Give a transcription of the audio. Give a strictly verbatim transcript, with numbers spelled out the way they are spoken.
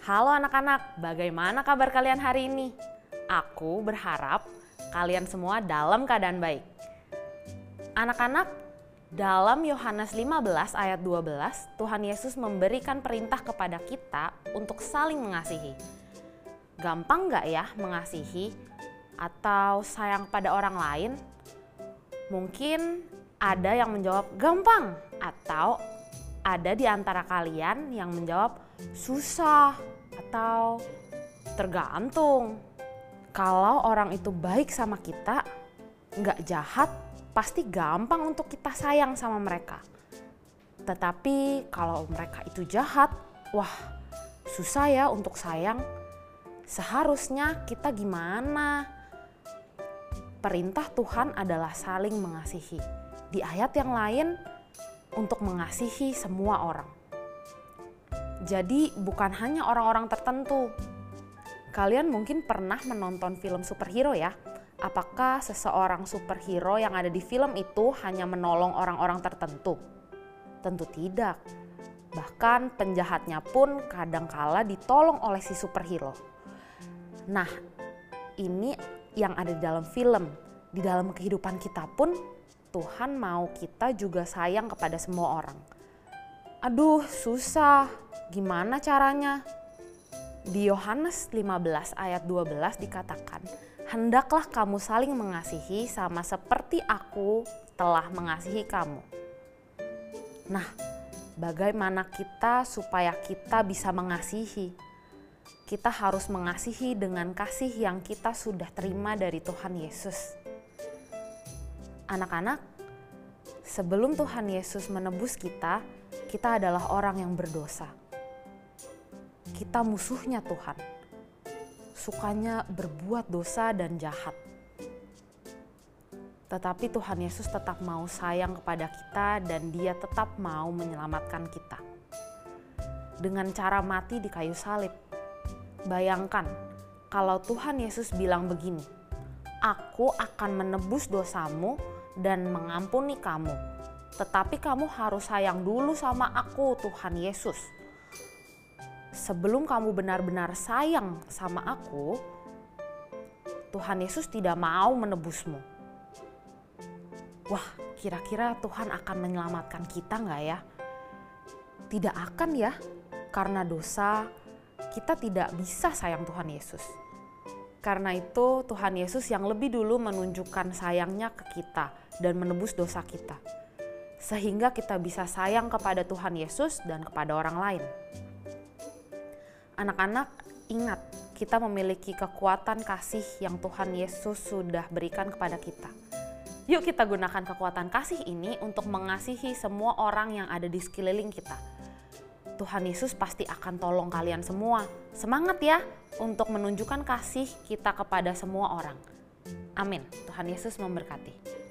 Halo anak-anak, bagaimana kabar kalian hari ini? Aku berharap kalian semua dalam keadaan baik. Anak-anak, dalam Yohanes lima belas ayat dua belas, Tuhan Yesus memberikan perintah kepada kita untuk saling mengasihi. Gampang gak ya mengasihi atau sayang pada orang lain? Mungkin ada yang menjawab gampang, atau ada di antara kalian yang menjawab susah atau tergantung. Kalau orang itu baik sama kita, nggak jahat, pasti gampang untuk kita sayang sama mereka. Tetapi kalau mereka itu jahat, wah susah ya untuk sayang. Seharusnya kita gimana? Perintah Tuhan adalah saling mengasihi. Di ayat yang lain, untuk mengasihi semua orang. Jadi bukan hanya orang-orang tertentu. Kalian mungkin pernah menonton film superhero ya? Apakah seseorang superhero yang ada di film itu hanya menolong orang-orang tertentu? Tentu tidak. Bahkan penjahatnya pun kadangkala ditolong oleh si superhero. Nah, ini yang ada di dalam film. Di dalam kehidupan kita pun Tuhan mau kita juga sayang kepada semua orang. Aduh, susah. Gimana caranya? Di Yohanes lima belas ayat dua belas dikatakan, "Hendaklah kamu saling mengasihi sama seperti aku telah mengasihi kamu." Nah, bagaimana kita supaya kita bisa mengasihi? Kita harus mengasihi dengan kasih yang kita sudah terima dari Tuhan Yesus. Anak-anak, sebelum Tuhan Yesus menebus kita, kita adalah orang yang berdosa. Kita musuhnya Tuhan, sukanya berbuat dosa dan jahat. Tetapi Tuhan Yesus tetap mau sayang kepada kita dan Dia tetap mau menyelamatkan kita. Dengan cara mati di kayu salib. Bayangkan kalau Tuhan Yesus bilang begini, "Aku akan menebus dosamu dan mengampuni kamu. Tetapi kamu harus sayang dulu sama aku, Tuhan Yesus. Sebelum kamu benar-benar sayang sama aku, Tuhan Yesus tidak mau menebusmu." Wah, kira-kira Tuhan akan menyelamatkan kita nggak ya? Tidak akan ya, karena dosa kita tidak bisa sayang Tuhan Yesus. Karena itu Tuhan Yesus yang lebih dulu menunjukkan sayangnya ke kita dan menebus dosa kita. Sehingga kita bisa sayang kepada Tuhan Yesus dan kepada orang lain. Anak-anak, ingat kita memiliki kekuatan kasih yang Tuhan Yesus sudah berikan kepada kita. Yuk kita gunakan kekuatan kasih ini untuk mengasihi semua orang yang ada di sekeliling kita. Tuhan Yesus pasti akan tolong kalian semua. Semangat ya untuk menunjukkan kasih kita kepada semua orang. Amin. Tuhan Yesus memberkati.